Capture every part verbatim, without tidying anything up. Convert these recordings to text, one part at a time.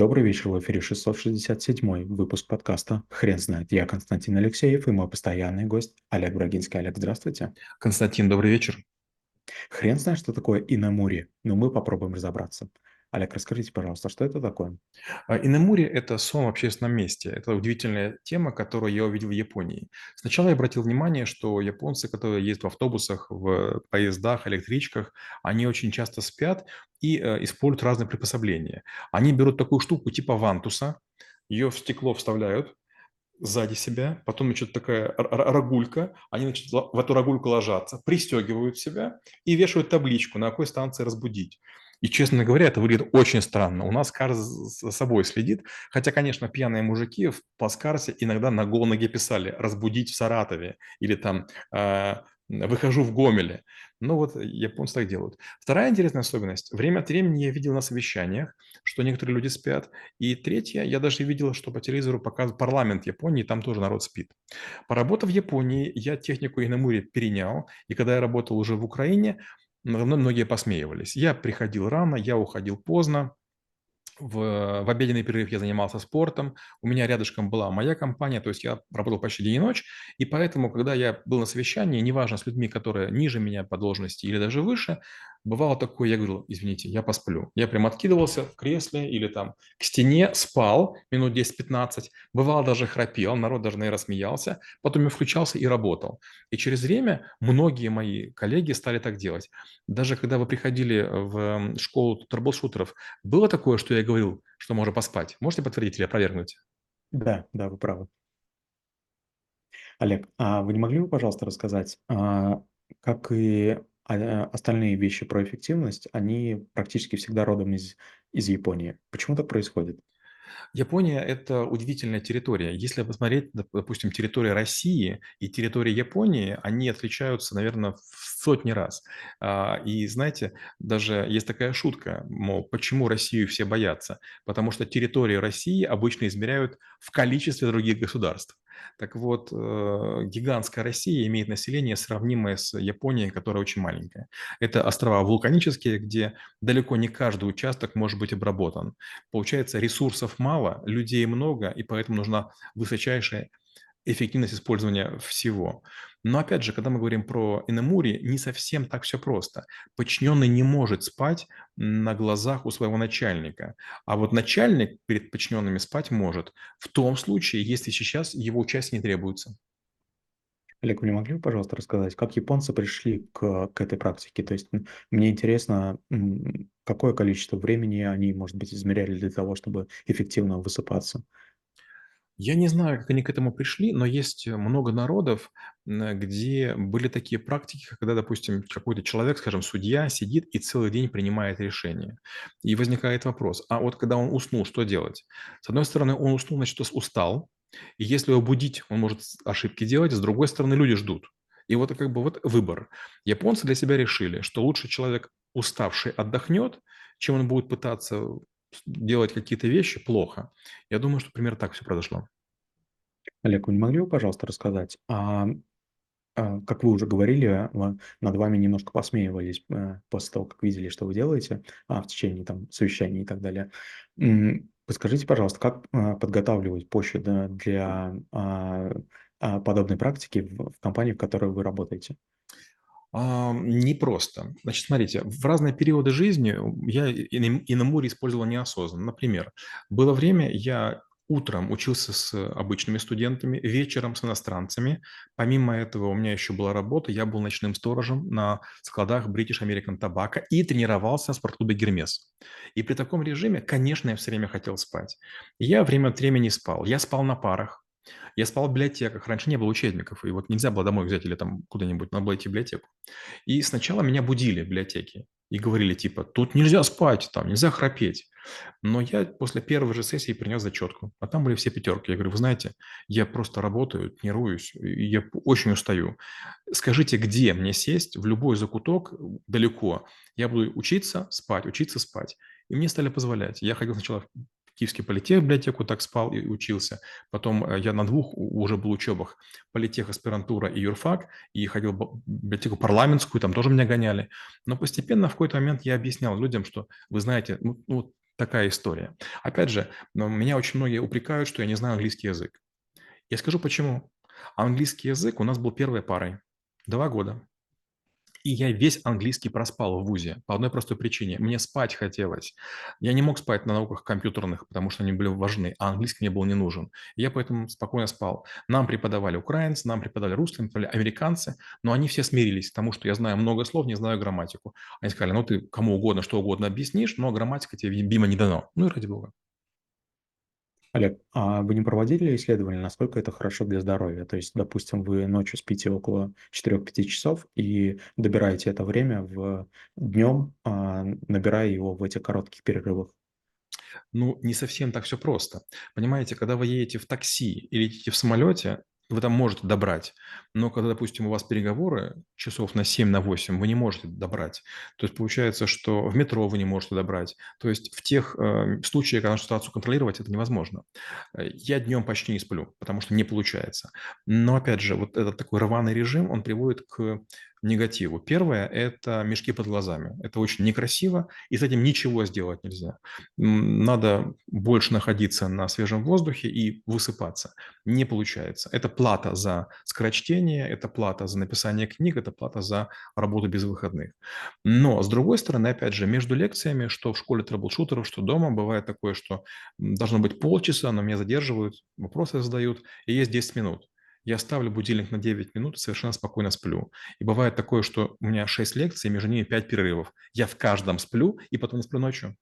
Добрый вечер, в эфире шестьсот шестьдесят седьмой выпуск подкаста «Хрен знает». Я Константин Алексеев и мой постоянный гость Олег Брагинский. Олег, здравствуйте. Константин, добрый вечер. Хрен знает, что такое иномури, но мы попробуем разобраться. Олег, расскажите, пожалуйста, что это такое? А, Иномури– это сон в общественном месте. Это удивительная тема, которую я увидел в Японии. Сначала я обратил внимание, что японцы, которые ездят в автобусах, в поездах, электричках, они очень часто спят и э, используют разные приспособления. Они берут такую штуку типа вантуса, ее в стекло вставляют сзади себя, потом, значит, такая р- р- рогулька, они, значит, ла- в эту рогульку ложатся, пристегивают себя и вешают табличку, на какой станции разбудить. И, честно говоря, это выглядит очень странно. У нас Карс за собой следит, хотя, конечно, пьяные мужики в плацкарте иногда на голой ноге писали «разбудить в Саратове» или там э, «выхожу в Гомеле». Ну вот японцы так делают. Вторая интересная особенность. Время от времени я видел на совещаниях, что некоторые люди спят, и третье, я даже видел, что по телевизору показывают парламент Японии, там тоже народ спит. Поработав в Японии, я технику Инамури перенял, и когда я работал уже в Украине, надо мной многие посмеивались. Я приходил рано, я уходил поздно, в, в обеденный перерыв я занимался спортом, у меня рядышком была моя компания, то есть я работал почти день и ночь, и поэтому, когда я был на совещании, неважно, с людьми, которые ниже меня по должности или даже выше, бывало такое, я говорил, извините, я посплю. Я прям откидывался в кресле или там к стене, спал минут десять-пятнадцать, бывало даже храпел, народ даже, наверное, смеялся, потом я включался и работал. И через время многие мои коллеги стали так делать. Даже когда вы приходили в школу трэблшутеров, было такое, что я говорил, что можно поспать? Можете подтвердить или опровергнуть? Да, да, вы правы. Олег, а вы не могли бы, пожалуйста, рассказать, а, как и а, остальные вещи про эффективность, они практически всегда родом из, из Японии. Почему так происходит? Япония– это удивительная территория. Если посмотреть, доп- допустим, территория России и территория Японии, они отличаются, наверное, в сотни раз. А, И знаете, даже есть такая шутка, мол, почему Россию все боятся? Потому что территорию России обычно измеряют в количестве других государств. Так вот, э, гигантская Россия имеет население, сравнимое с Японией, которая очень маленькая. Это острова вулканические, где далеко не каждый участок может быть обработан. Получается, ресурсов мало, людей много, и поэтому нужна высочайшая эффективность использования всего. Но опять же, когда мы говорим про иномури, не совсем так все просто. Подчиненный не может спать на глазах у своего начальника, а вот начальник перед подчиненными спать может в том случае, если сейчас его участие не требуется. Олег, вы не могли бы, пожалуйста, рассказать, как японцы пришли к, к этой практике? То есть м, мне интересно, м, какое количество времени они, может быть, измеряли для того, чтобы эффективно высыпаться. Я не знаю, как они к этому пришли, но есть э, много народов, м, где были такие практики, когда, допустим, какой-то человек, скажем, судья, сидит и целый день принимает решения. И возникает вопрос, а вот когда он уснул, что делать? С одной стороны, он уснул, значит, ус- устал, и если его будить, он может с- ошибки делать, с другой стороны, люди ждут. И вот как бы вот выбор. Японцы для себя решили, что лучше человек уставший отдохнет, чем он будет пытаться делать какие-то вещи плохо. Я думаю, что примерно так все произошло. Олег, вы не могли бы, пожалуйста, рассказать, а, а, как вы уже говорили, а, ва- над вами немножко посмеивались э, после того, как видели, что вы делаете а, в течение там, совещаний и так далее. М, Подскажите, пожалуйста, как а, подготавливать почву да, для а, а, подобной практики в, в компании, в которой вы работаете? А, непросто. Значит, смотрите, в разные периоды жизни я и на и на море использовал неосознанно. Например, было время, я утром учился с обычными студентами, вечером с иностранцами. Помимо этого у меня еще была работа, я был ночным сторожем на складах British American Tobacco и тренировался в спортклубе «Гермес». И при таком режиме, конечно, я все время хотел спать. Я время от времени спал. Я спал на парах, я спал в библиотеках. Раньше не было учебников, и вот нельзя было домой взять или там куда-нибудь, надо было идти в библиотеку. И сначала меня будили в библиотеке и говорили типа, тут нельзя спать, там нельзя храпеть. Но я после первой же сессии принес зачетку, а там были все пятерки. Я говорю, вы знаете, я просто работаю, тренируюсь, и я очень устаю. Скажите, где мне сесть, в любой закуток далеко. Я буду учиться, спать, учиться, спать. И мне стали позволять. Я ходил сначала в Киевский политех, библиотеку, так спал и учился. Потом э, я на двух у- уже был учебах. Политех, аспирантура и юрфак. И ходил в библиотеку парламентскую, там тоже меня гоняли. Но постепенно в какой-то момент я объяснял людям, что, вы знаете, ну, ну, Такая история. Опять же, но меня очень многие упрекают, что я не знаю английский язык. Я скажу почему. Английский язык у нас был первой парой. Два года. И я весь английский проспал в вузе по одной простой причине. Мне спать хотелось. Я не мог спать на науках компьютерных, потому что они были важны, а английский мне был не нужен. Я поэтому спокойно спал. Нам преподавали украинцы, нам преподавали русские, нам преподавали американцы, но они все смирились к тому, что я знаю много слов, не знаю грамматику. Они сказали, ну ты кому угодно, что угодно объяснишь, но грамматика тебе, Бима, не дано. Ну и ради бога. Олег, а вы не проводили исследования, насколько это хорошо для здоровья? То есть, допустим, вы ночью спите около четырёх-пяти часов и добираете это время в днем, а, набирая его в этих коротких перерывах. Ну, не совсем так все просто. Понимаете, когда вы едете в такси или летите в самолете, вы там можете добрать. Но когда, допустим, у вас переговоры часов на семь, на восемь, вы не можете добрать. То есть получается, что в метро вы не можете добрать. То есть в тех э, случаях, когда ситуацию контролировать, это невозможно. Э, Я днем почти не сплю, потому что не получается. Но, опять же, вот этот такой рваный режим, он приводит к негативу. Первое– это мешки под глазами. Это очень некрасиво, и с этим ничего сделать нельзя. М, Надо больше находиться на свежем воздухе и высыпаться. Не получается. Это плата за скорочтение, это плата за написание книг, это плата за работу без выходных. Но, с другой стороны, опять же, между лекциями, что в школе трэблшутеров, что дома, бывает такое, что м, должно быть полчаса, но меня задерживают, вопросы задают, и есть десять минут. Я ставлю будильник на девять минут и совершенно спокойно сплю. И бывает такое, что у меня шесть лекций, между ними пять перерывов. Я в каждом сплю и потом не сплю ночью.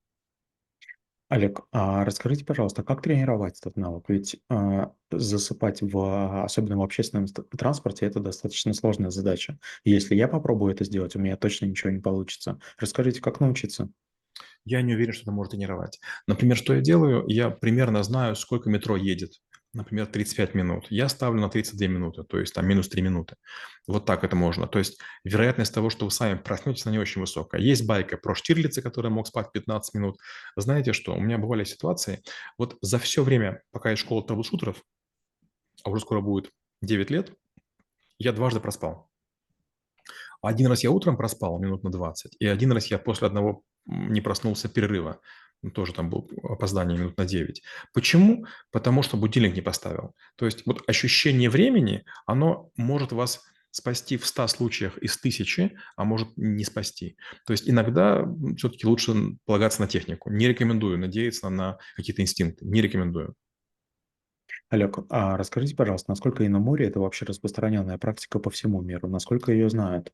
Олег, а расскажите, пожалуйста, как тренировать этот навык? Ведь а, засыпать, в, особенно в общественном ст- транспорте, это достаточно сложная задача. И если я попробую это сделать, у меня точно ничего не получится. Расскажите, как научиться? Я не уверен, что это может тренировать. Например, что я делаю? Я примерно знаю, сколько метро едет. Например, тридцать пять минут. Я ставлю на тридцать две минуты, то есть там минус три минуты. Вот так это можно. То есть вероятность того, что вы сами проснетесь, она не очень высокая. Есть байка про Штирлица, который мог спать пятнадцать минут. Знаете что? У меня бывали ситуации, вот за все время, пока я школа трэблшутеров, а уже скоро будет девять лет, я дважды проспал. Один раз я утром проспал минут на двадцать, и один раз я после одного м, не проснулся перерыва. Ну, тоже там было опоздание минут на девять. Почему? Потому что будильник не поставил. То есть вот ощущение времени, оно может вас спасти в ста случаях из тысячи, а может не спасти. То есть иногда все-таки лучше полагаться на технику. Не рекомендую надеяться на какие-то инстинкты. Не рекомендую. Олег, а расскажите, пожалуйста, насколько иноморье– это вообще распространенная практика по всему миру? Насколько ее знают?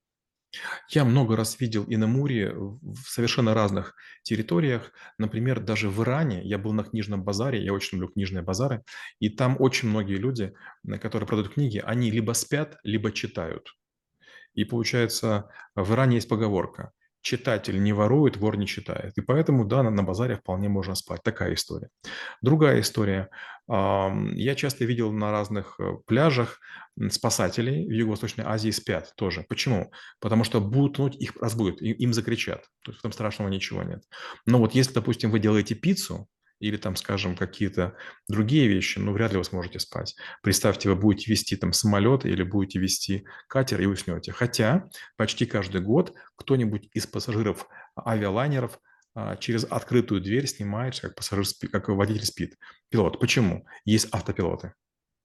Я много раз видел иномури в совершенно разных территориях. Например, даже в Иране я был на книжном базаре, я очень люблю книжные базары, и там очень многие люди, э, которые продают книги, они либо спят, либо читают. И получается, в Иране есть поговорка: читатель не ворует, вор не читает. И поэтому, да, на, на базаре вполне можно спать. Такая история. Другая история. Ам, Я часто видел на разных э, пляжах м, спасателей в Юго-Восточной Азии спят тоже. Почему? Потому что будут тонуть, их разбудят, и- им закричат. То есть в этом страшного ничего нет. Но вот если, допустим, вы делаете пиццу, или там, скажем, какие-то другие вещи, ну, вряд ли вы сможете спать. Представьте, вы будете вести там самолет или будете вести катер и уснете. Хотя почти каждый год кто-нибудь из пассажиров авиалайнеров а, через открытую дверь снимает, как пассажир спи- как водитель спит. Пилот. Почему? Есть автопилоты.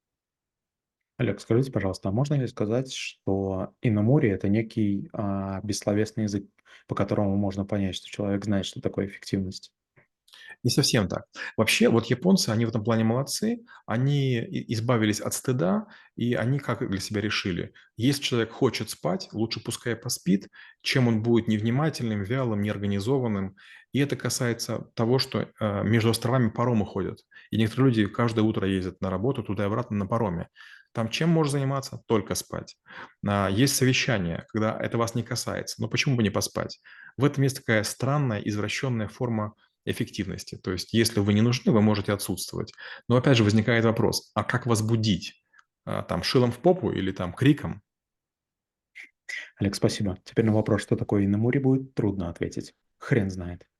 Олег, скажите, пожалуйста, а можно ли сказать, что иноморье– это некий а, бессловесный язык, по которому можно понять, что человек знает, что такое эффективность? Не совсем так. Вообще, вот японцы, они в этом плане молодцы. Они и- избавились от стыда, и они как для себя решили: если человек хочет спать, лучше пускай поспит, чем он будет невнимательным, вялым, неорганизованным. И это касается того, что э, между островами паромы ходят. И некоторые люди каждое утро ездят на работу туда и обратно на пароме. Там чем можешь заниматься? Только спать. А, Есть совещание, когда это вас не касается. Но почему бы не поспать? В этом есть такая странная, извращенная форма эффективности. То есть, если вы не нужны, вы можете отсутствовать. Но опять же возникает вопрос: а как вас будить? А, Там шилом в попу или там криком? Олег, спасибо. Теперь на вопрос, что такое иноморье, будет трудно ответить. Хрен знает.